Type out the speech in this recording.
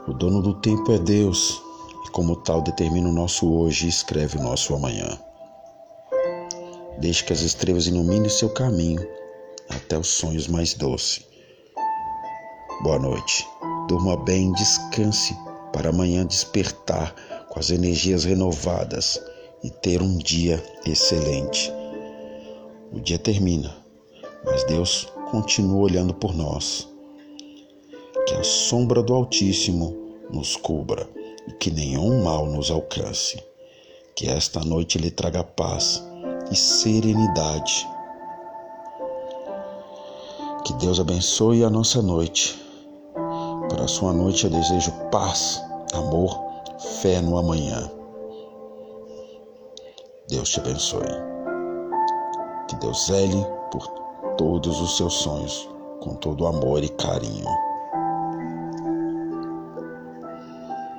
O dono do tempo é Deus, e como tal determina o nosso hoje e escreve o nosso amanhã. Deixe que as estrelas iluminem seu caminho até os sonhos mais doces. Boa noite. Durma bem, descanse para amanhã despertar com as energias renovadas e ter um dia excelente. O dia termina, mas Deus continua olhando por nós. Que a sombra do Altíssimo nos cubra e que nenhum mal nos alcance. Que esta noite lhe traga paz e serenidade. Que Deus abençoe a nossa noite. Para a sua noite eu desejo paz, amor, fé no amanhã. Deus te abençoe. Que Deus zele por todos os seus sonhos com todo amor e carinho.